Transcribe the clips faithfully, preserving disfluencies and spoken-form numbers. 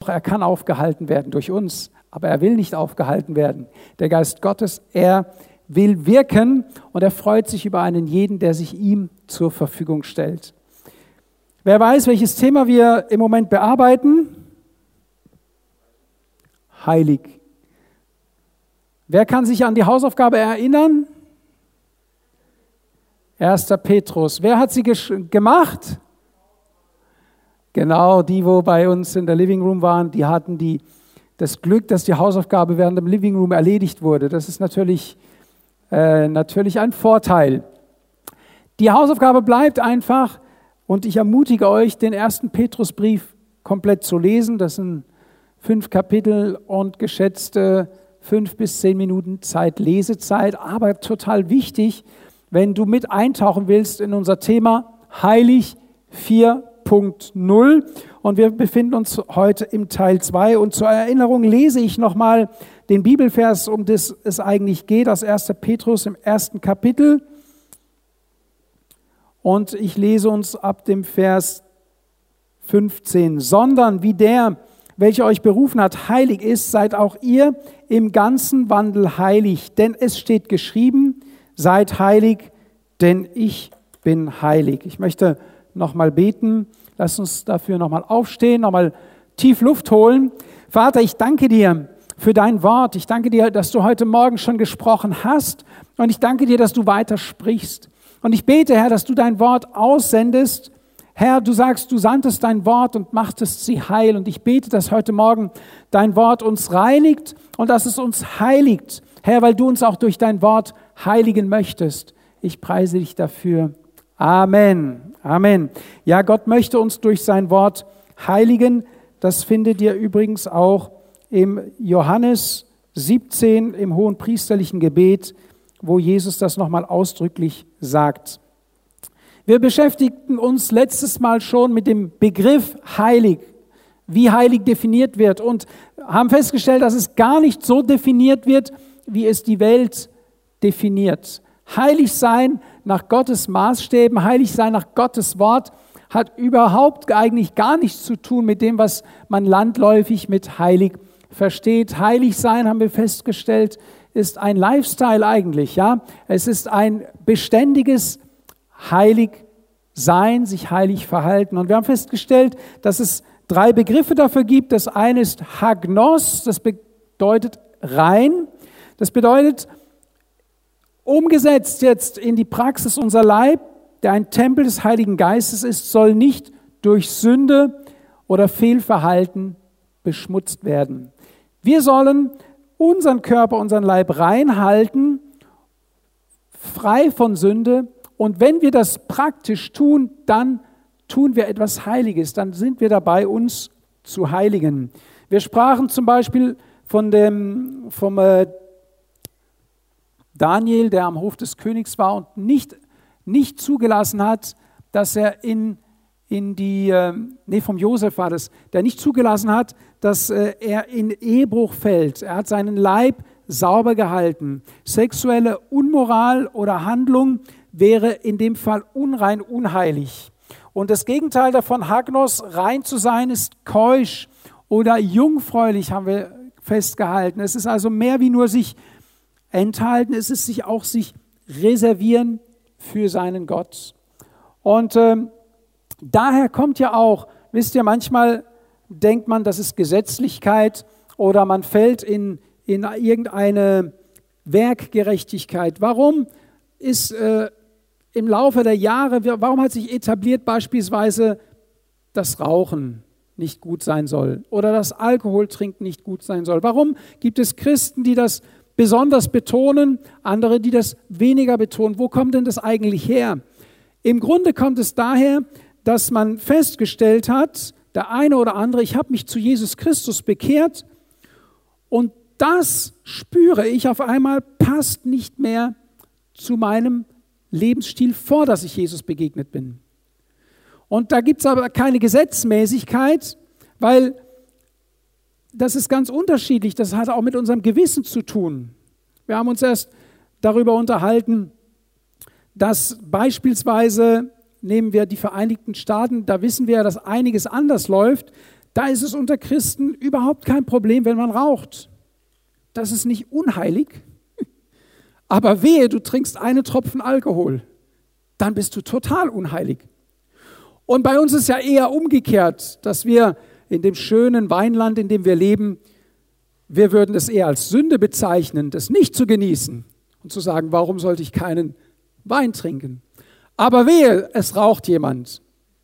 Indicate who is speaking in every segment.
Speaker 1: er kann aufgehalten werden durch uns, aber er will nicht aufgehalten werden. Der Geist Gottes, er will wirken und er freut sich über einen jeden, der sich ihm zur Verfügung stellt. Wer weiß, welches Thema wir im Moment bearbeiten? Heilig. Wer kann sich an die Hausaufgabe erinnern? erster Petrus. Wer hat sie gemacht? Genau, die, wo bei uns in der Living Room waren, die hatten die, das Glück, dass die Hausaufgabe während dem Living Room erledigt wurde. Das ist natürlich, äh, natürlich ein Vorteil. Die Hausaufgabe bleibt einfach, und ich ermutige euch, den ersten Petrusbrief komplett zu lesen. Das sind fünf Kapitel und geschätzte fünf bis zehn Minuten Zeit, Lesezeit, aber total wichtig, wenn du mit eintauchen willst in unser Thema Heilig vier Punkt null. Und wir befinden uns heute im Teil zwei. Und zur Erinnerung lese ich nochmal den Bibelvers, um das es eigentlich geht, aus erster Petrus im ersten Kapitel. Und ich lese uns ab dem Vers fünfzehn. Sondern wie der, welcher euch berufen hat, heilig ist, seid auch ihr im ganzen Wandel heilig. Denn es steht geschrieben, seid heilig, denn ich bin heilig. Ich möchte nochmal beten. Lass uns dafür nochmal aufstehen, nochmal tief Luft holen. Vater, ich danke dir für dein Wort. Ich danke dir, dass du heute Morgen schon gesprochen hast. Und ich danke dir, dass du weiter sprichst. Und ich bete, Herr, dass du dein Wort aussendest. Herr, du sagst, du sandtest dein Wort und machtest sie heil. Und ich bete, dass heute Morgen dein Wort uns reinigt und dass es uns heiligt. Herr, weil du uns auch durch dein Wort heiligen möchtest. Ich preise dich dafür. Amen. Amen. Ja, Gott möchte uns durch sein Wort heiligen. Das findet ihr übrigens auch im Johannes siebzehn, im hohenpriesterlichen Gebet, wo Jesus das nochmal ausdrücklich sagt. Wir beschäftigten uns letztes Mal schon mit dem Begriff heilig, wie heilig definiert wird, und haben festgestellt, dass es gar nicht so definiert wird, wie es die Welt definiert. Heilig sein nach Gottes Maßstäben, heilig sein nach Gottes Wort, hat überhaupt eigentlich gar nichts zu tun mit dem, was man landläufig mit heilig versteht. Heilig sein, haben wir festgestellt, ist ein Lifestyle eigentlich. Ja, es ist ein beständiges Heiligsein, sich heilig verhalten. Und wir haben festgestellt, dass es drei Begriffe dafür gibt. Das eine ist Hagnos, das bedeutet rein. Das bedeutet, umgesetzt jetzt in die Praxis, unser Leib, der ein Tempel des Heiligen Geistes ist, soll nicht durch Sünde oder Fehlverhalten beschmutzt werden. Wir sollen unseren Körper, unseren Leib reinhalten, frei von Sünde. Und wenn wir das praktisch tun, dann tun wir etwas Heiliges. Dann sind wir dabei, uns zu heiligen. Wir sprachen zum Beispiel von dem, vom äh, Daniel, der am Hof des Königs war und nicht, nicht zugelassen hat, dass er in, in die, äh, nee, vom Josef war das, der nicht zugelassen hat, dass äh, er in Ehebruch fällt. Er hat seinen Leib sauber gehalten. Sexuelle Unmoral oder Handlung wäre in dem Fall unrein, unheilig. Und das Gegenteil davon, Hagnos, rein zu sein, ist keusch oder jungfräulich, haben wir festgehalten. Es ist also mehr wie nur sich enthalten, es ist sich auch sich reservieren für seinen Gott. Und ähm, daher kommt ja auch, wisst ihr, manchmal denkt man, das ist Gesetzlichkeit oder man fällt in, in irgendeine Werkgerechtigkeit. Warum ist äh, im Laufe der Jahre, warum hat sich etabliert beispielsweise das Rauchen nicht gut sein soll oder das Alkoholtrinken nicht gut sein soll? Warum gibt es Christen, die das besonders betonen, andere, die das weniger betonen? Wo kommt denn das eigentlich her? Im Grunde kommt es daher, dass man festgestellt hat, der eine oder andere, ich habe mich zu Jesus Christus bekehrt und das spüre ich auf einmal, passt nicht mehr zu meinem Lebensstil, vor dass ich Jesus begegnet bin. Und da gibt es aber keine Gesetzmäßigkeit, weil das ist ganz unterschiedlich. Das hat auch mit unserem Gewissen zu tun. Wir haben uns erst darüber unterhalten, dass beispielsweise, nehmen wir die Vereinigten Staaten, da wissen wir ja, dass einiges anders läuft. Da ist es unter Christen überhaupt kein Problem, wenn man raucht. Das ist nicht unheilig. Aber wehe, du trinkst einen Tropfen Alkohol, dann bist du total unheilig. Und bei uns ist ja eher umgekehrt, dass wir in dem schönen Weinland, in dem wir leben, wir würden es eher als Sünde bezeichnen, das nicht zu genießen und zu sagen, warum sollte ich keinen Wein trinken? Aber wehe, es raucht jemand.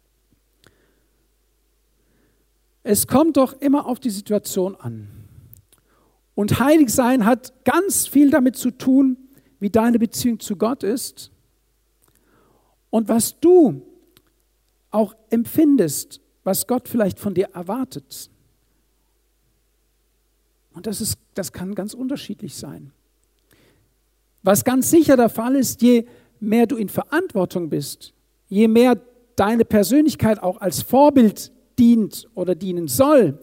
Speaker 1: Es kommt doch immer auf die Situation an. Und heilig sein hat ganz viel damit zu tun, wie deine Beziehung zu Gott ist und was du auch empfindest, was Gott vielleicht von dir erwartet. Und das ist, das kann ganz unterschiedlich sein. Was ganz sicher der Fall ist, je mehr du in Verantwortung bist, je mehr deine Persönlichkeit auch als Vorbild dient oder dienen soll,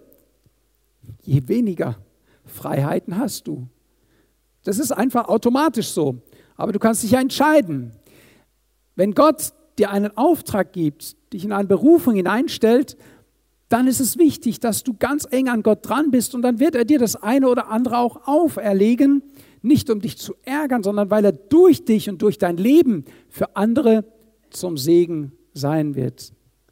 Speaker 1: je weniger Freiheiten hast du. Das ist einfach automatisch so. Aber du kannst dich ja entscheiden. Wenn Gott dir einen Auftrag gibt, dich in eine Berufung hineinstellt, dann ist es wichtig, dass du ganz eng an Gott dran bist und dann wird er dir das eine oder andere auch auferlegen, nicht um dich zu ärgern, sondern weil er durch dich und durch dein Leben für andere zum Segen sein wird.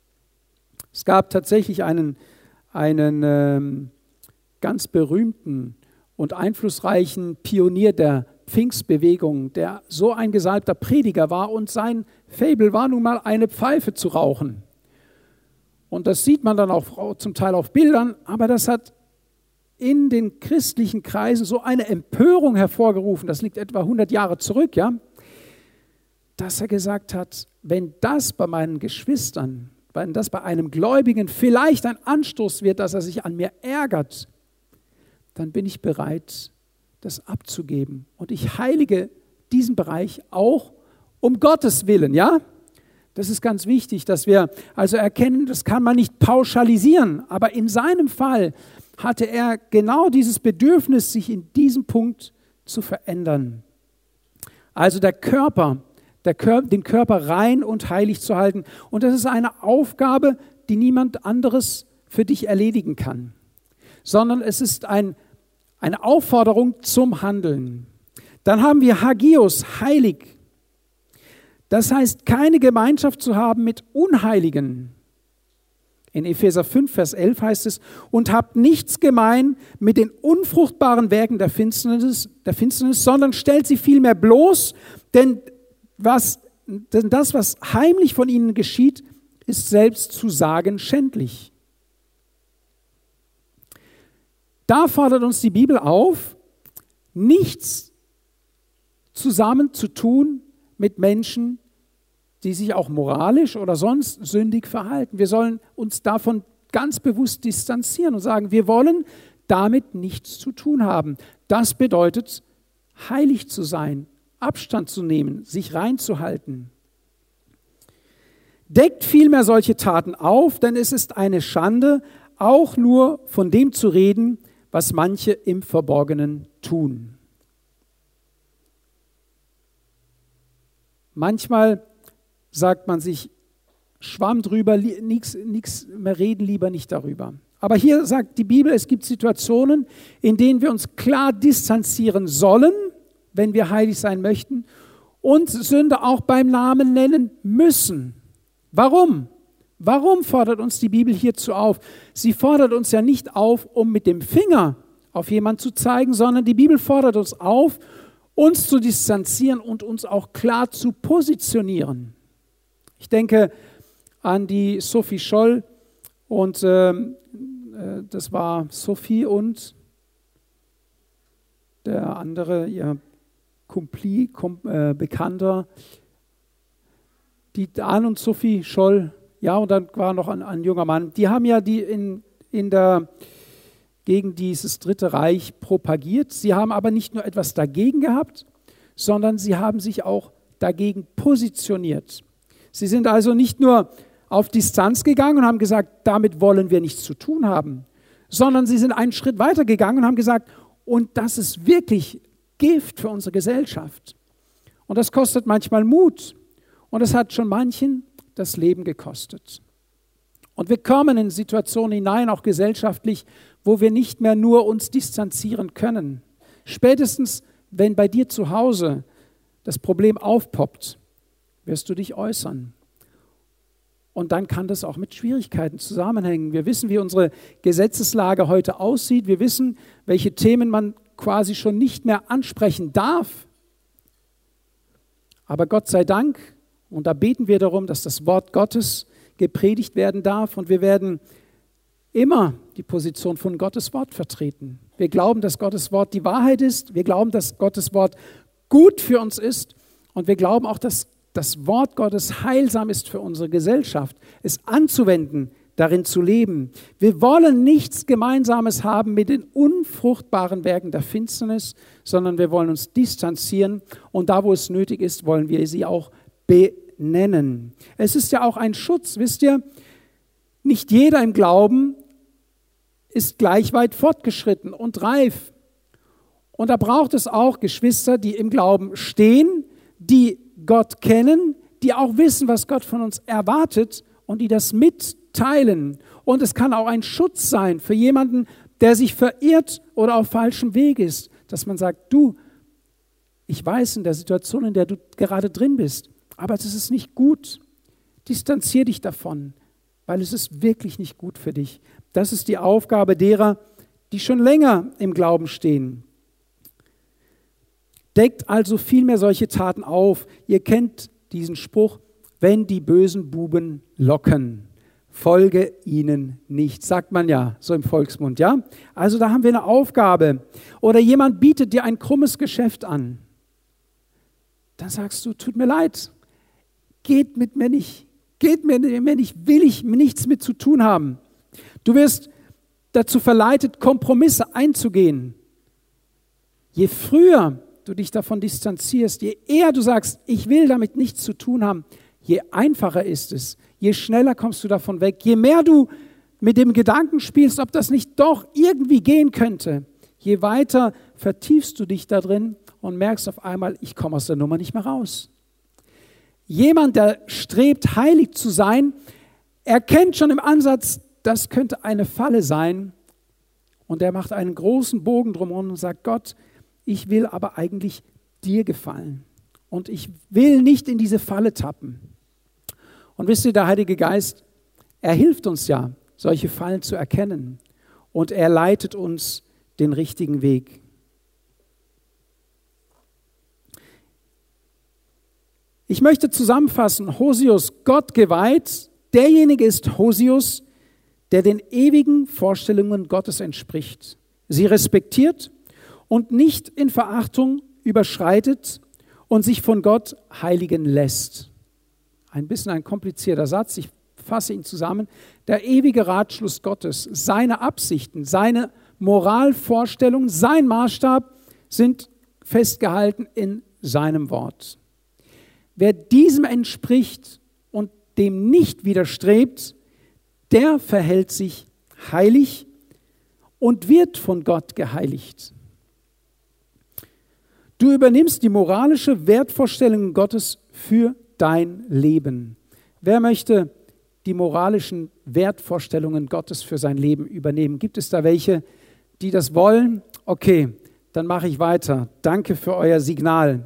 Speaker 1: Es gab tatsächlich einen, einen ähm, ganz berühmten und einflussreichen Pionier der Pfingstbewegung, der so ein gesalbter Prediger war und sein Faible war nun mal eine Pfeife zu rauchen. Und das sieht man dann auch zum Teil auf Bildern, aber das hat in den christlichen Kreisen so eine Empörung hervorgerufen, das liegt etwa hundert Jahre zurück, ja, dass er gesagt hat, wenn das bei meinen Geschwistern, wenn das bei einem Gläubigen vielleicht ein Anstoß wird, dass er sich an mir ärgert, dann bin ich bereit, das abzugeben. Und ich heilige diesen Bereich auch um Gottes Willen, ja? Das ist ganz wichtig, dass wir also erkennen, das kann man nicht pauschalisieren, aber in seinem Fall hatte er genau dieses Bedürfnis, sich in diesem Punkt zu verändern. Also der Körper, der Körper, den Körper rein und heilig zu halten. Und das ist eine Aufgabe, die niemand anderes für dich erledigen kann, sondern es ist ein, eine Aufforderung zum Handeln. Dann haben wir Hagios, heilig. Das heißt, keine Gemeinschaft zu haben mit Unheiligen. In Epheser fünf, Vers elf heißt es, und habt nichts gemein mit den unfruchtbaren Werken der Finsternis, der Finsternis, sondern stellt sie vielmehr bloß, denn, was, denn das, was heimlich von ihnen geschieht, ist selbst zu sagen schändlich. Da fordert uns die Bibel auf, nichts zusammen zu tun mit Menschen, die sich auch moralisch oder sonst sündig verhalten. Wir sollen uns davon ganz bewusst distanzieren und sagen, wir wollen damit nichts zu tun haben. Das bedeutet, heilig zu sein, Abstand zu nehmen, sich reinzuhalten. Deckt vielmehr solche Taten auf, denn es ist eine Schande, auch nur von dem zu reden, was manche im Verborgenen tun. Manchmal sagt man sich, Schwamm drüber, nichts mehr reden, lieber nicht darüber. Aber hier sagt die Bibel, es gibt Situationen, in denen wir uns klar distanzieren sollen, wenn wir heilig sein möchten, und Sünde auch beim Namen nennen müssen. Warum? Warum fordert uns die Bibel hierzu auf? Sie fordert uns ja nicht auf, um mit dem Finger auf jemanden zu zeigen, sondern die Bibel fordert uns auf, uns zu distanzieren und uns auch klar zu positionieren. Ich denke an die Sophie Scholl und äh, das war Sophie und der andere, ihr Kumpli, Kum, äh, Bekannter, die Anne und Sophie Scholl, ja, und dann war noch ein, ein junger Mann, die haben ja die in, in der, gegen dieses Dritte Reich propagiert. Sie haben aber nicht nur etwas dagegen gehabt, sondern sie haben sich auch dagegen positioniert. Sie sind also nicht nur auf Distanz gegangen und haben gesagt, damit wollen wir nichts zu tun haben, sondern sie sind einen Schritt weiter gegangen und haben gesagt, und das ist wirklich Gift für unsere Gesellschaft. Und das kostet manchmal Mut. Und es hat schon manchen das Leben gekostet. Und wir kommen in Situationen hinein, auch gesellschaftlich, wo wir nicht mehr nur uns distanzieren können. Spätestens, wenn bei dir zu Hause das Problem aufpoppt, wirst du dich äußern. Und dann kann das auch mit Schwierigkeiten zusammenhängen. Wir wissen, wie unsere Gesetzeslage heute aussieht. Wir wissen, welche Themen man quasi schon nicht mehr ansprechen darf. Aber Gott sei Dank, und da beten wir darum, dass das Wort Gottes gepredigt werden darf. Und wir werden immer die Position von Gottes Wort vertreten. Wir glauben, dass Gottes Wort die Wahrheit ist. Wir glauben, dass Gottes Wort gut für uns ist. Und wir glauben auch, dass das Wort Gottes heilsam ist für unsere Gesellschaft, es anzuwenden, darin zu leben. Wir wollen nichts Gemeinsames haben mit den unfruchtbaren Werken der Finsternis, sondern wir wollen uns distanzieren und da, wo es nötig ist, wollen wir sie auch benennen. Es ist ja auch ein Schutz, wisst ihr, nicht jeder im Glauben ist gleich weit fortgeschritten und reif. Und da braucht es auch Geschwister, die im Glauben stehen, die Gott kennen, die auch wissen, was Gott von uns erwartet und die das mitteilen. Und es kann auch ein Schutz sein für jemanden, der sich verirrt oder auf falschem Weg ist, dass man sagt, du, ich weiß in der Situation, in der du gerade drin bist, aber es ist nicht gut. Distanzier dich davon, weil es ist wirklich nicht gut für dich. Das ist die Aufgabe derer, die schon länger im Glauben stehen. Deckt also vielmehr solche Taten auf. Ihr kennt diesen Spruch, wenn die bösen Buben locken, folge ihnen nicht. Sagt man ja, so im Volksmund, ja? Also da haben wir eine Aufgabe. Oder jemand bietet dir ein krummes Geschäft an. Dann sagst du, tut mir leid, geht mit mir nicht, geht mit mir nicht, will ich nichts mit zu tun haben. Du wirst dazu verleitet, Kompromisse einzugehen. Je früher du dich davon distanzierst, je eher du sagst, ich will damit nichts zu tun haben, je einfacher ist es, je schneller kommst du davon weg, je mehr du mit dem Gedanken spielst, ob das nicht doch irgendwie gehen könnte, je weiter vertiefst du dich da drin und merkst auf einmal, ich komme aus der Nummer nicht mehr raus. Jemand, der strebt, heilig zu sein, erkennt schon im Ansatz, das könnte eine Falle sein und er macht einen großen Bogen drumherum und sagt, Gott, ich will aber eigentlich dir gefallen und ich will nicht in diese Falle tappen. Und wisst ihr, der Heilige Geist, er hilft uns ja, solche Fallen zu erkennen und er leitet uns den richtigen Weg. Ich möchte zusammenfassen, Hosius, Gott geweiht, derjenige ist Hosius, der den ewigen Vorstellungen Gottes entspricht, sie respektiert und nicht in Verachtung überschreitet und sich von Gott heiligen lässt. Ein bisschen ein komplizierter Satz, ich fasse ihn zusammen. Der ewige Ratschluss Gottes, seine Absichten, seine Moralvorstellung, sein Maßstab sind festgehalten in seinem Wort. Wer diesem entspricht und dem nicht widerstrebt, der verhält sich heilig und wird von Gott geheiligt. Du übernimmst die moralische Wertvorstellung Gottes für dein Leben. Wer möchte die moralischen Wertvorstellungen Gottes für sein Leben übernehmen? Gibt es da welche, die das wollen? Okay, dann mache ich weiter. Danke für euer Signal.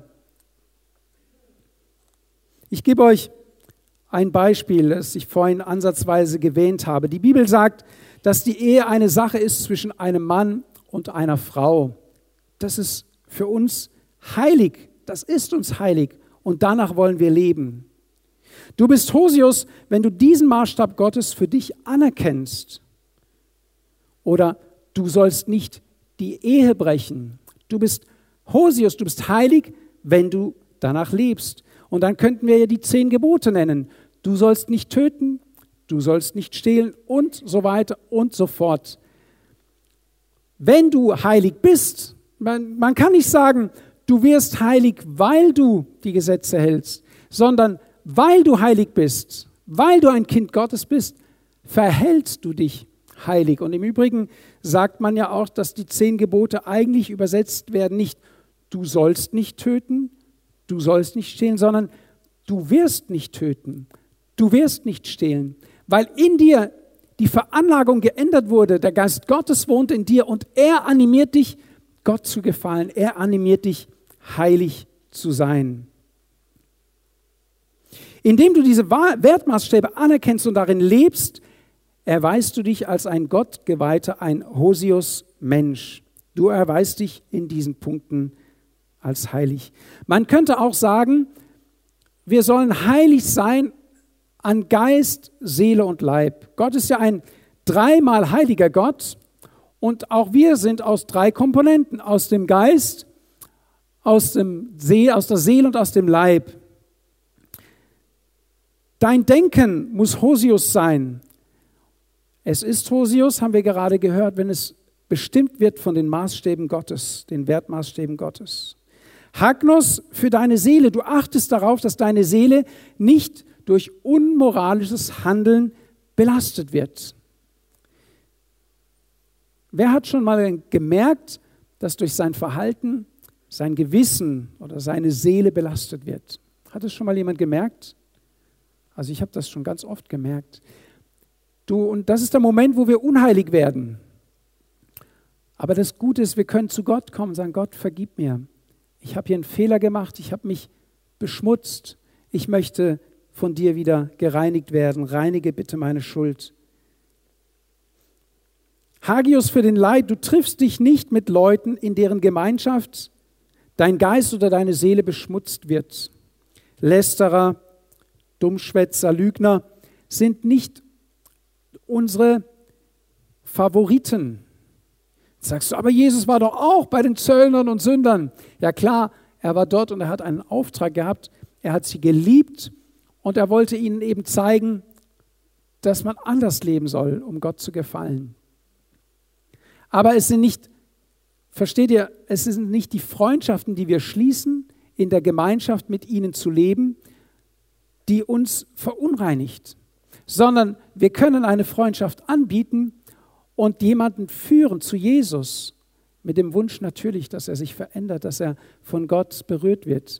Speaker 1: Ich gebe euch ein Beispiel, das ich vorhin ansatzweise erwähnt habe. Die Bibel sagt, dass die Ehe eine Sache ist zwischen einem Mann und einer Frau. Das ist für uns heilig, das ist uns heilig und danach wollen wir leben. Du bist Hosius, wenn du diesen Maßstab Gottes für dich anerkennst. Oder du sollst nicht die Ehe brechen. Du bist Hosius, du bist heilig, wenn du danach lebst. Und dann könnten wir ja die zehn Gebote nennen. Du sollst nicht töten, du sollst nicht stehlen und so weiter und so fort. Wenn du heilig bist, man, man kann nicht sagen, du wirst heilig, weil du die Gesetze hältst, sondern weil du heilig bist, weil du ein Kind Gottes bist, verhältst du dich heilig. Und im Übrigen sagt man ja auch, dass die zehn Gebote eigentlich übersetzt werden, nicht du sollst nicht töten, du sollst nicht stehlen, sondern du wirst nicht töten, du wirst nicht stehlen. weil in dir die Veranlagung geändert wurde, der Geist Gottes wohnt in dir und er animiert dich, Gott zu gefallen. Er animiert dich, heilig zu sein. Indem du diese Wertmaßstäbe anerkennst und darin lebst, erweist du dich als ein Gottgeweihter, ein Hosius-Mensch. Du erweist dich in diesen Punkten als heilig. Man könnte auch sagen, wir sollen heilig sein an Geist, Seele und Leib. Gott ist ja ein dreimal heiliger Gott und auch wir sind aus drei Komponenten, aus dem Geist, aus, dem See, aus der Seele und aus dem Leib. Dein Denken muss Hosius sein. Es ist Hosius, haben wir gerade gehört, wenn es bestimmt wird von den Maßstäben Gottes, den Wertmaßstäben Gottes. Hagnos für deine Seele. Du achtest darauf, dass deine Seele nicht durch unmoralisches Handeln belastet wird. Wer hat schon mal gemerkt, dass durch sein Verhalten sein Gewissen oder seine Seele belastet wird? Hat es schon mal jemand gemerkt? Also ich habe das schon ganz oft gemerkt. Du, und das ist der Moment, wo wir unheilig werden. Aber das Gute ist, wir können zu Gott kommen und sagen, Gott, vergib mir. Ich habe hier einen Fehler gemacht, ich habe mich beschmutzt. Ich möchte von dir wieder gereinigt werden. Reinige bitte meine Schuld. Hagios für den Leid, du triffst dich nicht mit Leuten, in deren Gemeinschaft dein Geist oder deine Seele beschmutzt wird. Lästerer, Dummschwätzer, Lügner sind nicht unsere Favoriten. Jetzt sagst du, aber Jesus war doch auch bei den Zöllnern und Sündern. Ja klar, er war dort und er hat einen Auftrag gehabt. Er hat sie geliebt und er wollte ihnen eben zeigen, dass man anders leben soll, um Gott zu gefallen. Aber es sind nicht, versteht ihr, es sind nicht die Freundschaften, die wir schließen, in der Gemeinschaft mit ihnen zu leben, die uns verunreinigt, sondern wir können eine Freundschaft anbieten und jemanden führen zu Jesus, mit dem Wunsch natürlich, dass er sich verändert, dass er von Gott berührt wird.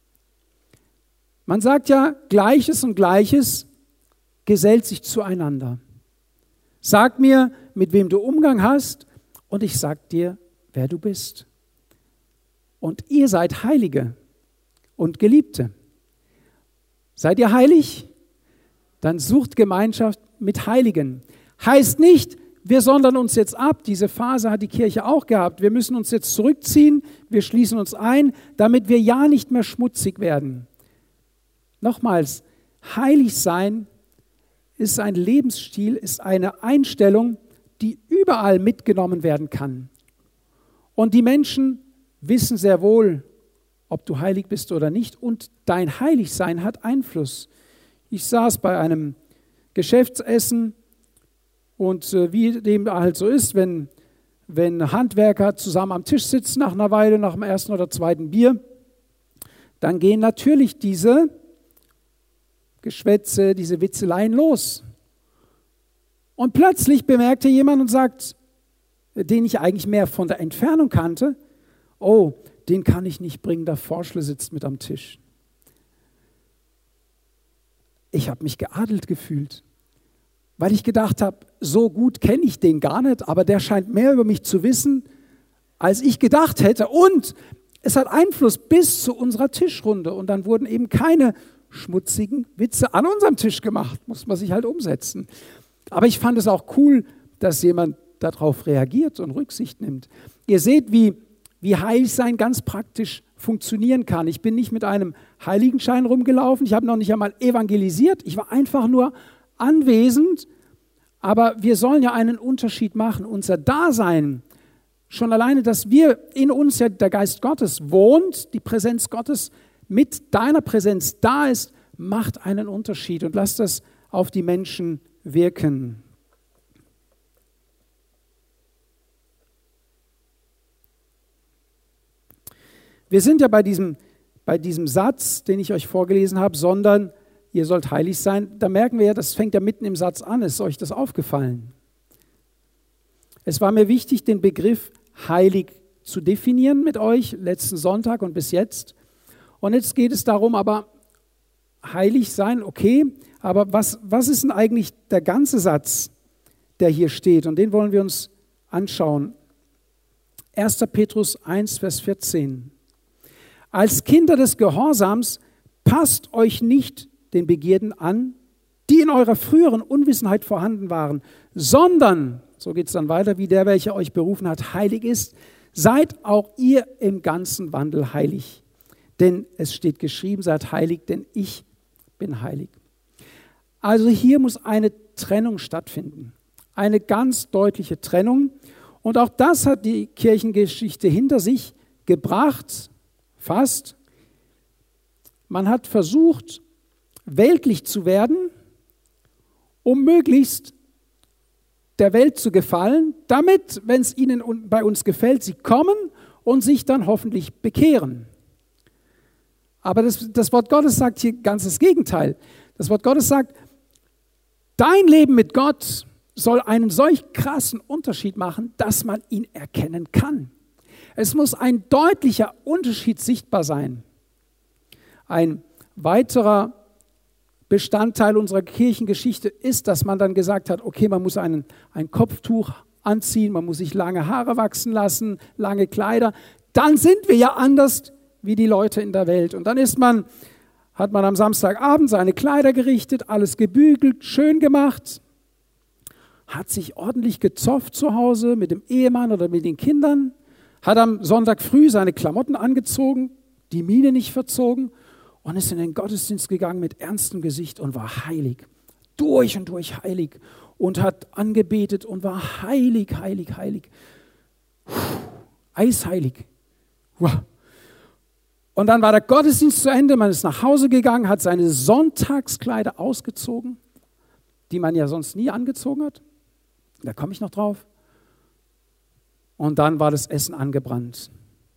Speaker 1: Man sagt ja, Gleiches und Gleiches gesellt sich zueinander. Sag mir, mit wem du Umgang hast, und ich sag dir, wer du bist. Und ihr seid Heilige und Geliebte. Seid ihr heilig? Dann sucht Gemeinschaft mit Heiligen. Heißt nicht, wir sondern uns jetzt ab. Diese Phase hat die Kirche auch gehabt. Wir müssen uns jetzt zurückziehen, wir schließen uns ein, damit wir ja nicht mehr schmutzig werden. Nochmals, heilig sein ist ein Lebensstil, ist eine Einstellung, die überall mitgenommen werden kann. Und die Menschen wissen sehr wohl, ob du heilig bist oder nicht. Und dein Heiligsein hat Einfluss. Ich saß bei einem Geschäftsessen und äh, wie dem halt so ist, wenn, wenn Handwerker zusammen am Tisch sitzen nach einer Weile, nach dem ersten oder zweiten Bier, dann gehen natürlich diese Geschwätze, diese Witzeleien los. Und plötzlich bemerkte jemand und sagt, den ich eigentlich mehr von der Entfernung kannte, oh, den kann ich nicht bringen, der Forschle sitzt mit am Tisch. Ich habe mich geadelt gefühlt, weil ich gedacht habe, so gut kenne ich den gar nicht, aber der scheint mehr über mich zu wissen, als ich gedacht hätte. Und es hat Einfluss bis zu unserer Tischrunde. Und dann wurden eben keine schmutzigen Witze an unserem Tisch gemacht. Muss man sich halt umsetzen. Aber ich fand es auch cool, dass jemand darauf reagiert und Rücksicht nimmt. Ihr seht, wie, wie Heiligsein ganz praktisch funktionieren kann. Ich bin nicht mit einem Heiligenschein rumgelaufen, ich habe noch nicht einmal evangelisiert, ich war einfach nur anwesend, aber wir sollen ja einen Unterschied machen. Unser Dasein, schon alleine, dass wir in uns ja der Geist Gottes wohnt, die Präsenz Gottes mit deiner Präsenz da ist, macht einen Unterschied und lasst das auf die Menschen wirken. Wir sind ja bei diesem, bei diesem Satz, den ich euch vorgelesen habe, sondern ihr sollt heilig sein. Da merken wir ja, das fängt ja mitten im Satz an. Ist euch das aufgefallen? Es war mir wichtig, den Begriff heilig zu definieren mit euch, letzten Sonntag und bis jetzt. Und jetzt geht es darum, aber heilig sein, okay, aber was, was ist denn eigentlich der ganze Satz, der hier steht? Und den wollen wir uns anschauen. erster Petrus eins, Vers vierzehn. Als Kinder des Gehorsams passt euch nicht den Begierden an, die in eurer früheren Unwissenheit vorhanden waren, sondern, so geht es dann weiter, wie der, welcher euch berufen hat, heilig ist, seid auch ihr im ganzen Wandel heilig. Denn es steht geschrieben, seid heilig, denn ich bin heilig. Also hier muss eine Trennung stattfinden, eine ganz deutliche Trennung. Und auch das hat die Kirchengeschichte hinter sich gebracht, fast. Man hat versucht, weltlich zu werden, um möglichst der Welt zu gefallen, damit, wenn es ihnen bei uns gefällt, sie kommen und sich dann hoffentlich bekehren. Aber das, das Wort Gottes sagt hier ganz das Gegenteil. Das Wort Gottes sagt, dein Leben mit Gott soll einen solch krassen Unterschied machen, dass man ihn erkennen kann. Es muss ein deutlicher Unterschied sichtbar sein. Ein weiterer Bestandteil unserer Kirchengeschichte ist, dass man dann gesagt hat, okay, man muss einen, ein Kopftuch anziehen, man muss sich lange Haare wachsen lassen, lange Kleider. Dann sind wir ja anders wie die Leute in der Welt. Und dann ist man, hat man am Samstagabend seine Kleider gerichtet, alles gebügelt, schön gemacht, hat sich ordentlich gezofft zu Hause mit dem Ehemann oder mit den Kindern, hat am Sonntag früh seine Klamotten angezogen, die Miene nicht verzogen und ist in den Gottesdienst gegangen mit ernstem Gesicht und war heilig, durch und durch heilig und hat angebetet und war heilig, heilig, heilig, Puh, eisheilig. Wow. Und dann war der Gottesdienst zu Ende, man ist nach Hause gegangen, hat seine Sonntagskleider ausgezogen, die man ja sonst nie angezogen hat. Da komme ich noch drauf. Und dann war das Essen angebrannt.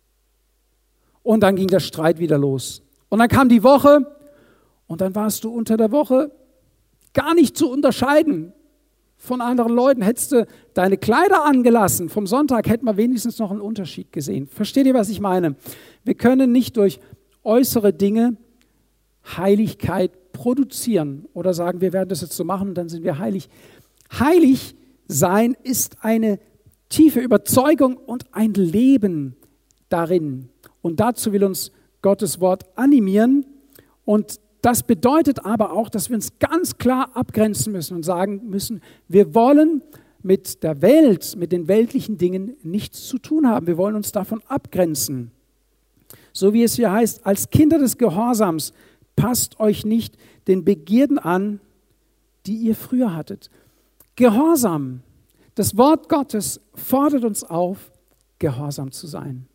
Speaker 1: Und dann ging der Streit wieder los. Und dann kam die Woche und dann warst du unter der Woche gar nicht zu unterscheiden von anderen Leuten. Hättest du deine Kleider angelassen vom Sonntag, hätten wir wenigstens noch einen Unterschied gesehen. Versteht ihr, was ich meine? Wir können nicht durch äußere Dinge Heiligkeit produzieren oder sagen, wir werden das jetzt so machen und dann sind wir heilig. Heilig sein ist eine tiefe Überzeugung und ein Leben darin. Und dazu will uns Gottes Wort animieren. Und das bedeutet aber auch, dass wir uns ganz klar abgrenzen müssen und sagen müssen, wir wollen mit der Welt, mit den weltlichen Dingen nichts zu tun haben. Wir wollen uns davon abgrenzen. So wie es hier heißt, als Kinder des Gehorsams passt euch nicht den Begierden an, die ihr früher hattet. Gehorsam. Das Wort Gottes fordert uns auf, gehorsam zu sein.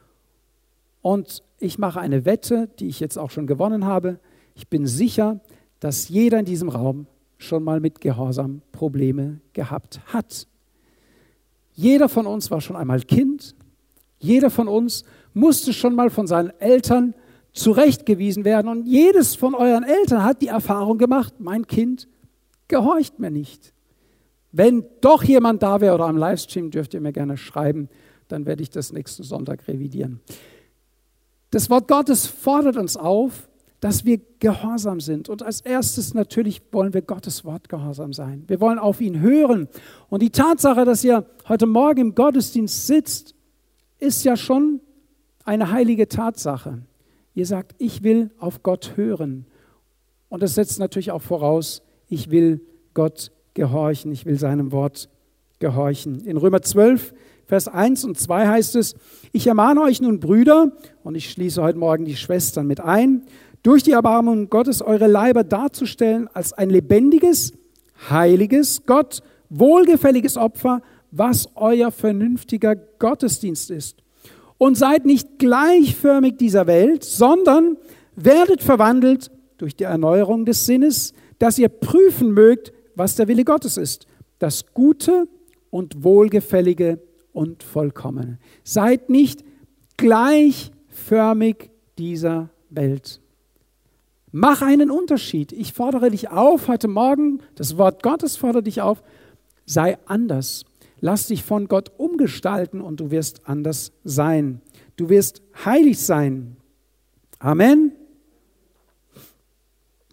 Speaker 1: Und ich mache eine Wette, die ich jetzt auch schon gewonnen habe. Ich bin sicher, dass jeder in diesem Raum schon mal mit Gehorsam Probleme gehabt hat. Jeder von uns war schon einmal Kind. Jeder von uns musste schon mal von seinen Eltern zurechtgewiesen werden. Und jedes von euren Eltern hat die Erfahrung gemacht, mein Kind gehorcht mir nicht. Wenn doch jemand da wäre oder am Livestream, dürft ihr mir gerne schreiben, dann werde ich das nächsten Sonntag revidieren. Das Wort Gottes fordert uns auf, dass wir gehorsam sind. Und als erstes natürlich wollen wir Gottes Wort gehorsam sein. Wir wollen auf ihn hören. Und die Tatsache, dass ihr heute Morgen im Gottesdienst sitzt, ist ja schon eine heilige Tatsache. Ihr sagt, ich will auf Gott hören. Und das setzt natürlich auch voraus, ich will Gott gehorchen, ich will seinem Wort gehorchen. In Römer zwölf, Vers eins und zwei heißt es, ich ermahne euch nun, Brüder, und ich schließe heute Morgen die Schwestern mit ein, durch die Erbarmung Gottes eure Leiber darzustellen als ein lebendiges, heiliges, Gott wohlgefälliges Opfer, was euer vernünftiger Gottesdienst ist. Und seid nicht gleichförmig dieser Welt, sondern werdet verwandelt durch die Erneuerung des Sinnes, dass ihr prüfen mögt, was der Wille Gottes ist, das Gute und Wohlgefällige und Vollkommene. Seid nicht gleichförmig dieser Welt. Mach einen Unterschied. Ich fordere dich auf heute Morgen, das Wort Gottes fordert dich auf, sei anders. Lass dich von Gott umgestalten und du wirst anders sein. Du wirst heilig sein. Amen.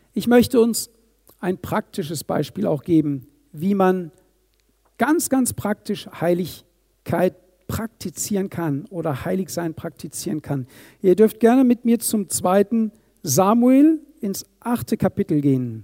Speaker 1: Ich möchte uns ein praktisches Beispiel auch geben, wie man ganz, ganz praktisch Heiligkeit praktizieren kann oder Heiligsein praktizieren kann. Ihr dürft gerne mit mir zum zweiten Samuel ins achte Kapitel gehen.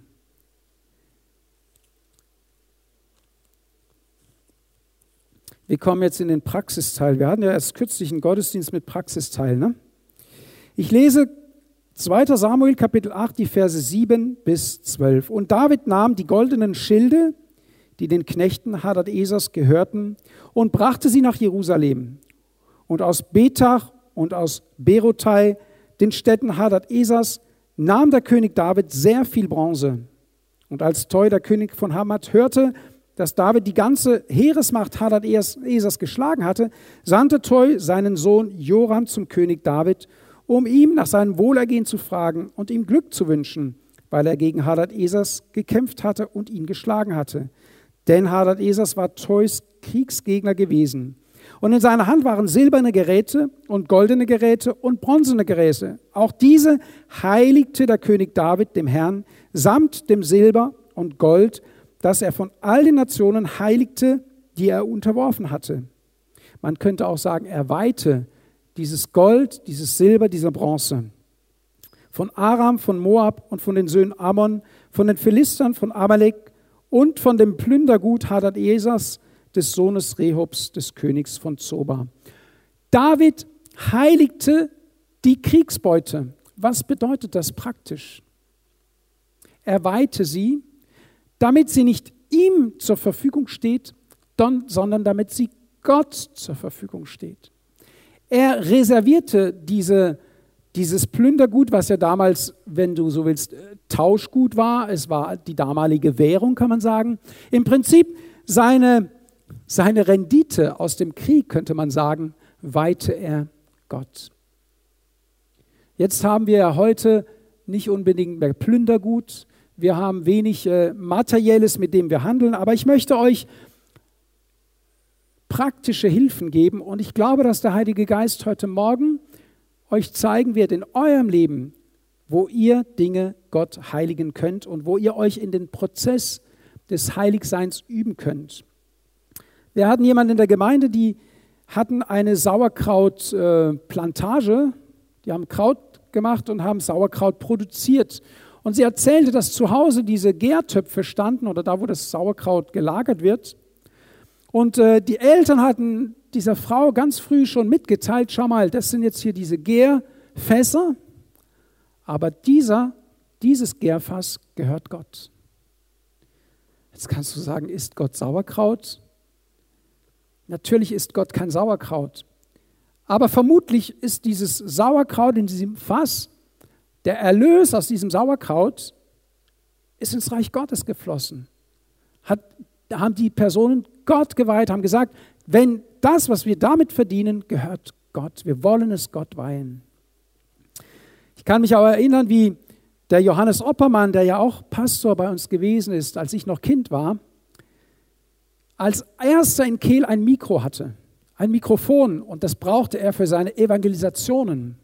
Speaker 1: Wir kommen jetzt in den Praxisteil. Wir hatten ja erst kürzlich einen Gottesdienst mit Praxisteil. Ne? Ich lese zweiter Samuel Kapitel acht, die Verse sieben bis zwölf. Und David nahm die goldenen Schilde, die den Knechten Hadad-Esers gehörten, und brachte sie nach Jerusalem. Und aus Betach und aus Berotai, den Städten Hadad-Esers, nahm der König David sehr viel Bronze. Und als Toi, der König von Hamath, hörte, dass David die ganze Heeresmacht Hadad-Esers geschlagen hatte, sandte Toi seinen Sohn Joram zum König David, um ihm nach seinem Wohlergehen zu fragen und ihm Glück zu wünschen, weil er gegen Hadad-Esers gekämpft hatte und ihn geschlagen hatte. Denn Hadad-Esers war Tois Kriegsgegner gewesen. Und in seiner Hand waren silberne Geräte und goldene Geräte und bronzene Geräte. Auch diese heiligte der König David dem Herrn samt dem Silber und Gold, das er von all den Nationen heiligte, die er unterworfen hatte. Man könnte auch sagen, er weihte dieses Gold, dieses Silber, diese Bronze. Von Aram, von Moab und von den Söhnen Ammon, von den Philistern, von Amalek und von dem Plündergut Hadad-Esers, des Sohnes Rehobs, des Königs von Zoba. David heiligte die Kriegsbeute. Was bedeutet das praktisch? Er weihte sie, damit sie nicht ihm zur Verfügung steht, sondern damit sie Gott zur Verfügung steht. Er reservierte diese, dieses Plündergut, was ja damals, wenn du so willst, Tauschgut war. Es war die damalige Währung, kann man sagen. Im Prinzip seine, seine Rendite aus dem Krieg, könnte man sagen, weihte er Gott. Jetzt haben wir ja heute nicht unbedingt mehr Plündergut. Wir haben wenig äh, Materielles, mit dem wir handeln. Aber ich möchte euch praktische Hilfen geben. Und ich glaube, dass der Heilige Geist heute Morgen euch zeigen wird in eurem Leben, wo ihr Dinge Gott heiligen könnt und wo ihr euch in den Prozess des Heiligseins üben könnt. Wir hatten jemanden in der Gemeinde, die hatten eine Sauerkrautplantage. Die haben Kraut gemacht und haben Sauerkraut produziert. Und sie erzählte, dass zu Hause diese Gärtöpfe standen oder da, wo das Sauerkraut gelagert wird. Und äh, die Eltern hatten dieser Frau ganz früh schon mitgeteilt, schau mal, das sind jetzt hier diese Gärfässer, aber dieser, dieses Gärfass gehört Gott. Jetzt kannst du sagen, isst Gott Sauerkraut? Natürlich isst Gott kein Sauerkraut. Aber vermutlich ist dieses Sauerkraut in diesem Fass, der Erlös aus diesem Sauerkraut, ist ins Reich Gottes geflossen. Hat, haben die Personen Gott geweiht, haben gesagt, wenn das, was wir damit verdienen, gehört Gott. Wir wollen es Gott weihen. Ich kann mich auch erinnern, wie der Johannes Oppermann, der ja auch Pastor bei uns gewesen ist, als ich noch Kind war, als erster in Kehl ein Mikro hatte, ein Mikrofon, und das brauchte er für seine Evangelisationen.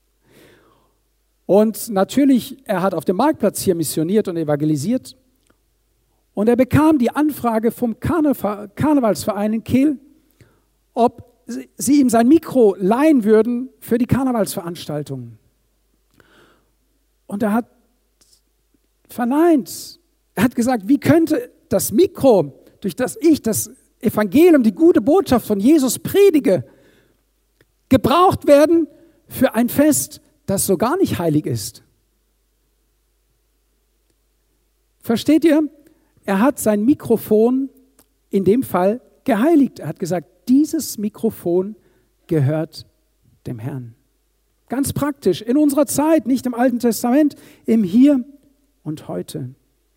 Speaker 1: Und natürlich, er hat auf dem Marktplatz hier missioniert und evangelisiert. Und er bekam die Anfrage vom Karnevalsverein in Kehl, ob sie ihm sein Mikro leihen würden für die Karnevalsveranstaltungen. Und er hat verneint. Er hat gesagt, wie könnte das Mikro, durch das ich das Evangelium, die gute Botschaft von Jesus predige, gebraucht werden für ein Fest, das so gar nicht heilig ist? Versteht ihr? Er hat sein Mikrofon in dem Fall geheiligt. Er hat gesagt, dieses Mikrofon gehört dem Herrn. Ganz praktisch, in unserer Zeit, nicht im Alten Testament, im Hier und Heute.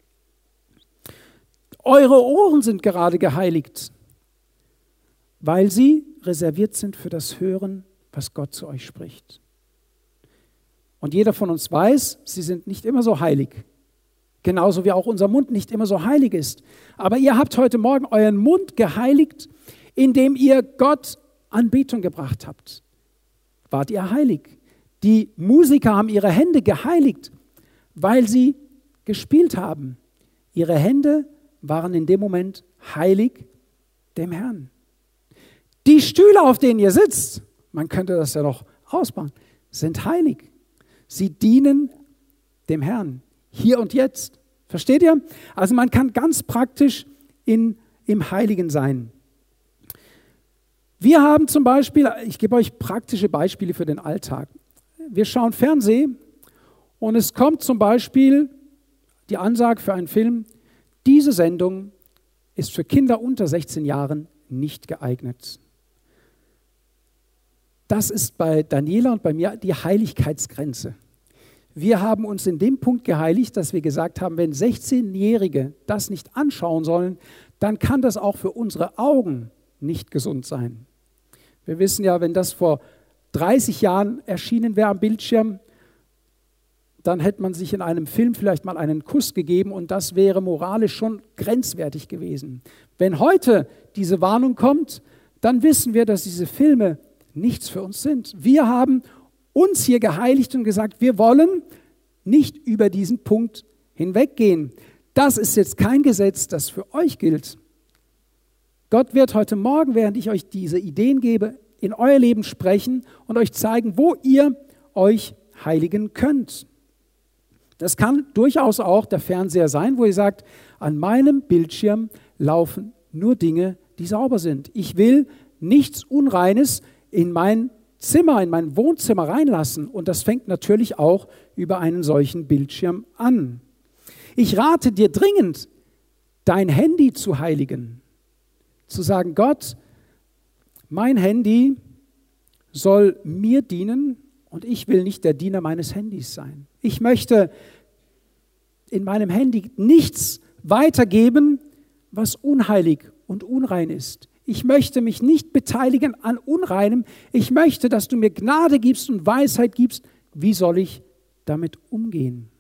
Speaker 1: Eure Ohren sind gerade geheiligt, weil sie reserviert sind für das Hören, was Gott zu euch spricht. Und jeder von uns weiß, sie sind nicht immer so heilig. Genauso wie auch unser Mund nicht immer so heilig ist. Aber ihr habt heute Morgen euren Mund geheiligt, indem ihr Gott Anbetung gebracht habt. Wart ihr heilig? Die Musiker haben ihre Hände geheiligt, weil sie gespielt haben. Ihre Hände waren in dem Moment heilig dem Herrn. Die Stühle, auf denen ihr sitzt, man könnte das ja noch ausbauen, sind heilig. Sie dienen dem Herrn, hier und jetzt. Versteht ihr? Also man kann ganz praktisch in, im Heiligen sein. Wir haben zum Beispiel, ich gebe euch praktische Beispiele für den Alltag. Wir schauen Fernsehen und es kommt zum Beispiel die Ansage für einen Film, diese Sendung ist für Kinder unter sechzehn Jahren nicht geeignet. Das ist bei Daniela und bei mir die Heiligkeitsgrenze. Wir haben uns in dem Punkt geheiligt, dass wir gesagt haben, wenn sechzehnjährige das nicht anschauen sollen, dann kann das auch für unsere Augen nicht gesund sein. Wir wissen ja, wenn das vor dreißig Jahren erschienen wäre am Bildschirm, dann hätte man sich in einem Film vielleicht mal einen Kuss gegeben und das wäre moralisch schon grenzwertig gewesen. Wenn heute diese Warnung kommt, dann wissen wir, dass diese Filme nichts für uns sind. Wir haben uns hier geheiligt und gesagt, wir wollen nicht über diesen Punkt hinweggehen. Das ist jetzt kein Gesetz, das für euch gilt. Gott wird heute Morgen, während ich euch diese Ideen gebe, in euer Leben sprechen und euch zeigen, wo ihr euch heiligen könnt. Das kann durchaus auch der Fernseher sein, wo ihr sagt, an meinem Bildschirm laufen nur Dinge, die sauber sind. Ich will nichts Unreines in mein Zimmer, in mein Wohnzimmer reinlassen. Und das fängt natürlich auch über einen solchen Bildschirm an. Ich rate dir dringend, dein Handy zu heiligen. Zu sagen, Gott, mein Handy soll mir dienen und ich will nicht der Diener meines Handys sein. Ich möchte in meinem Handy nichts weitergeben, was unheilig und unrein ist. Ich möchte mich nicht beteiligen an Unreinem. Ich möchte, dass du mir Gnade gibst und Weisheit gibst. Wie soll ich damit umgehen?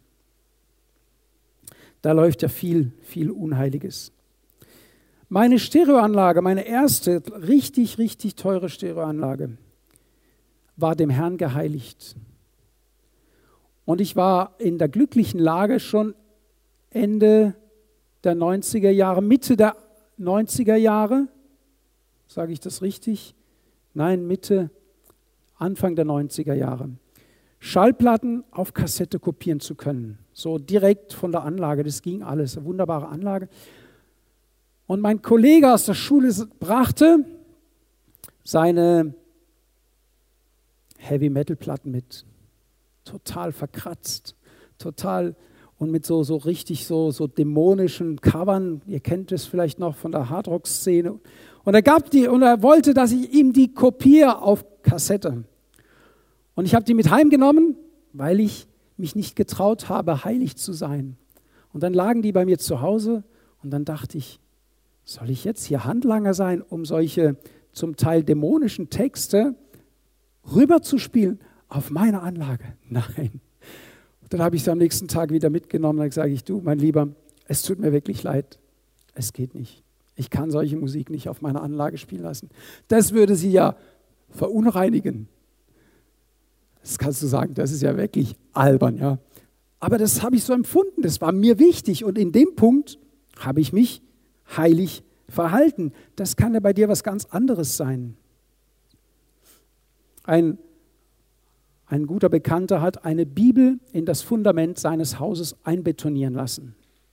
Speaker 1: Da läuft ja viel, viel Unheiliges. Meine Stereoanlage, meine erste richtig, richtig teure Stereoanlage, war dem Herrn geheiligt. Und ich war in der glücklichen Lage, schon Ende der neunziger Jahre, Mitte der neunziger Jahre, sage ich das richtig? Nein, Mitte, Anfang der neunziger Jahre, Schallplatten auf Kassette kopieren zu können. So direkt von der Anlage, das ging alles, eine wunderbare Anlage. Und mein Kollege aus der Schule brachte seine Heavy-Metal-Platten mit. Total verkratzt, total und mit so, so richtig so, so dämonischen Covern. Ihr kennt es vielleicht noch von der Hardrock-Szene. Und er gab die und er wollte, dass ich ihm die kopiere auf Kassette. Und ich habe die mit heimgenommen, weil ich mich nicht getraut habe, heilig zu sein. Und dann lagen die bei mir zu Hause und dann dachte ich, soll ich jetzt hier Handlanger sein, um solche zum Teil dämonischen Texte rüberzuspielen auf meine Anlage? Nein. Dann habe ich es am nächsten Tag wieder mitgenommen. Dann sage ich, du, mein Lieber, es tut mir wirklich leid. Es geht nicht. Ich kann solche Musik nicht auf meiner Anlage spielen lassen. Das würde sie ja verunreinigen. Das kannst du sagen, das ist ja wirklich albern, ja. Aber das habe ich so empfunden. Das war mir wichtig. Und in dem Punkt habe ich mich heilig verhalten. Das kann ja bei dir was ganz anderes sein. Ein Ein guter Bekannter hat eine Bibel in das Fundament seines Hauses einbetonieren lassen.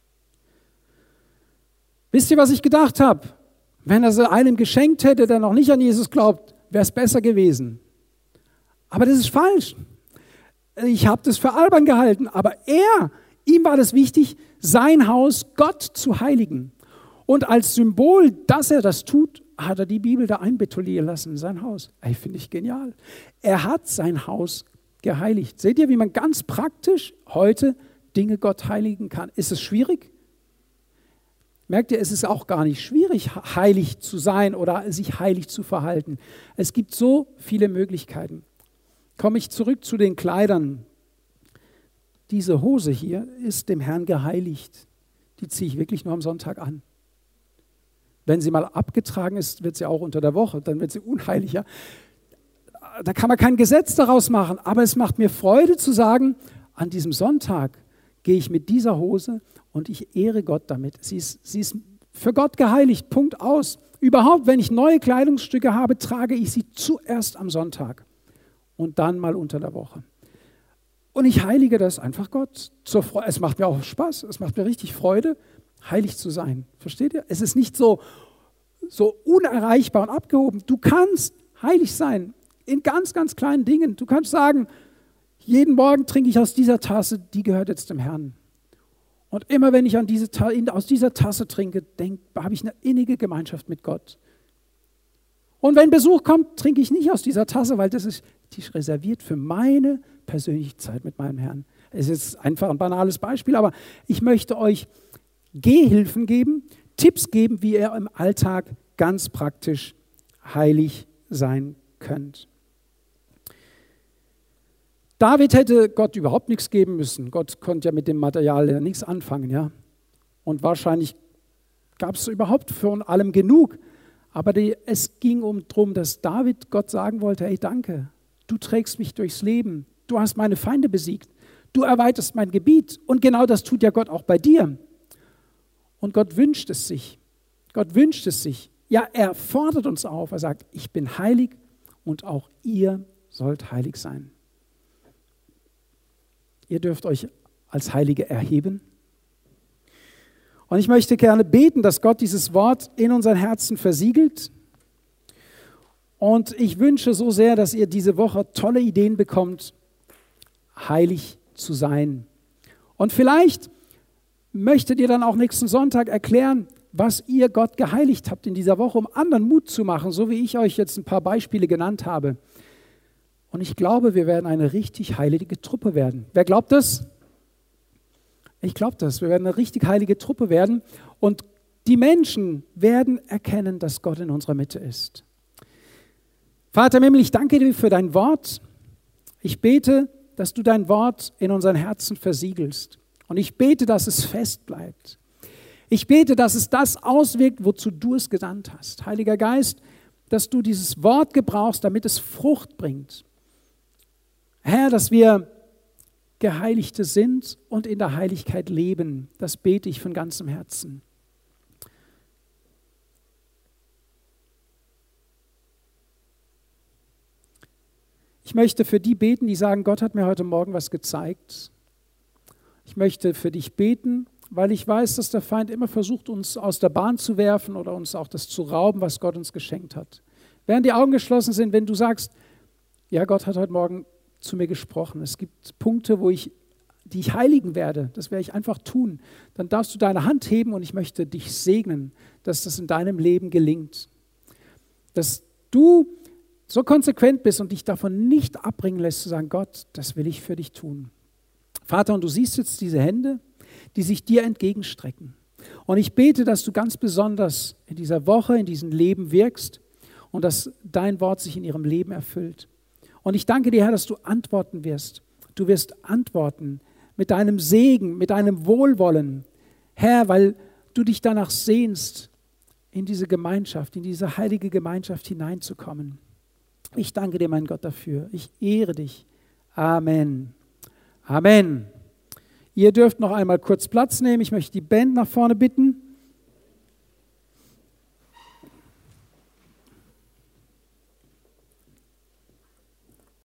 Speaker 1: Wisst ihr, was ich gedacht habe? Wenn er sie einem geschenkt hätte, der noch nicht an Jesus glaubt, wäre es besser gewesen. Aber das ist falsch. Ich habe das für albern gehalten, aber er, ihm war das wichtig, sein Haus Gott zu heiligen. Und als Symbol, dass er das tut, hat er die Bibel da einbetonieren lassen in sein Haus. Ey, finde ich genial. Er hat sein Haus geheiligt. Seht ihr, wie man ganz praktisch heute Dinge Gott heiligen kann? Ist es schwierig? Merkt ihr, es ist auch gar nicht schwierig, heilig zu sein oder sich heilig zu verhalten. Es gibt so viele Möglichkeiten. Komme ich zurück zu den Kleidern. Diese Hose hier ist dem Herrn geheiligt. Die ziehe ich wirklich nur am Sonntag an. Wenn sie mal abgetragen ist, wird sie auch unter der Woche, dann wird sie unheiliger. Da kann man kein Gesetz daraus machen, aber es macht mir Freude zu sagen, an diesem Sonntag gehe ich mit dieser Hose und ich ehre Gott damit. Sie ist, sie ist für Gott geheiligt, Punkt aus. Überhaupt, wenn ich neue Kleidungsstücke habe, trage ich sie zuerst am Sonntag und dann mal unter der Woche. Und ich heilige das einfach Gott. Zur Freude. Es macht mir auch Spaß, es macht mir richtig Freude, heilig zu sein. Versteht ihr? Es ist nicht so, so unerreichbar und abgehoben. Du kannst heilig sein in ganz, ganz kleinen Dingen. Du kannst sagen, jeden Morgen trinke ich aus dieser Tasse, die gehört jetzt dem Herrn. Und immer wenn ich an diese, aus dieser Tasse trinke, habe ich eine innige Gemeinschaft mit Gott. Und wenn Besuch kommt, trinke ich nicht aus dieser Tasse, weil das ist, die ist reserviert für meine persönliche Zeit mit meinem Herrn. Es ist einfach ein banales Beispiel, aber ich möchte euch Gehhilfen geben, Tipps geben, wie ihr im Alltag ganz praktisch heilig sein könnt. David hätte Gott überhaupt nichts geben müssen. Gott konnte ja mit dem Material ja nichts anfangen, ja. Und wahrscheinlich gab es überhaupt von allem genug. Aber die, es ging um darum, dass David Gott sagen wollte, hey, danke, du trägst mich durchs Leben, du hast meine Feinde besiegt, du erweiterst mein Gebiet. Und genau das tut ja Gott auch bei dir. Und Gott wünscht es sich. Gott wünscht es sich. Ja, er fordert uns auf. Er sagt, ich bin heilig und auch ihr sollt heilig sein. Ihr dürft euch als Heilige erheben. Und ich möchte gerne beten, dass Gott dieses Wort in unseren Herzen versiegelt. Und ich wünsche so sehr, dass ihr diese Woche tolle Ideen bekommt, heilig zu sein. Und vielleicht möchtet ihr dann auch nächsten Sonntag erklären, was ihr Gott geheiligt habt in dieser Woche, um anderen Mut zu machen, so wie ich euch jetzt ein paar Beispiele genannt habe. Und ich glaube, wir werden eine richtig heilige Truppe werden. Wer glaubt das? Ich glaube das. Wir werden eine richtig heilige Truppe werden. Und die Menschen werden erkennen, dass Gott in unserer Mitte ist. Vater im Himmel, ich danke dir für dein Wort. Ich bete, dass du dein Wort in unseren Herzen versiegelst. Und ich bete, dass es fest bleibt. Ich bete, dass es das auswirkt, wozu du es gesandt hast. Heiliger Geist, dass du dieses Wort gebrauchst, damit es Frucht bringt. Herr, dass wir Geheiligte sind und in der Heiligkeit leben, das bete ich von ganzem Herzen. Ich möchte für die beten, die sagen, Gott hat mir heute Morgen was gezeigt. Ich möchte für dich beten, weil ich weiß, dass der Feind immer versucht, uns aus der Bahn zu werfen oder uns auch das zu rauben, was Gott uns geschenkt hat. Während die Augen geschlossen sind, wenn du sagst, ja, Gott hat heute Morgen zu mir gesprochen. Es gibt Punkte, wo ich, die ich heiligen werde. Das werde ich einfach tun. Dann darfst du deine Hand heben und ich möchte dich segnen, dass das in deinem Leben gelingt. Dass du so konsequent bist und dich davon nicht abbringen lässt, zu sagen, Gott, das will ich für dich tun. Vater, und du siehst jetzt diese Hände, die sich dir entgegenstrecken. Und ich bete, dass du ganz besonders in dieser Woche, in diesem Leben wirkst und dass dein Wort sich in ihrem Leben erfüllt. Und ich danke dir, Herr, dass du antworten wirst. Du wirst antworten mit deinem Segen, mit deinem Wohlwollen. Herr, weil du dich danach sehnst, in diese Gemeinschaft, in diese heilige Gemeinschaft hineinzukommen. Ich danke dir, mein Gott, dafür. Ich ehre dich. Amen. Amen. Ihr dürft noch einmal kurz Platz nehmen. Ich möchte die Band nach vorne bitten.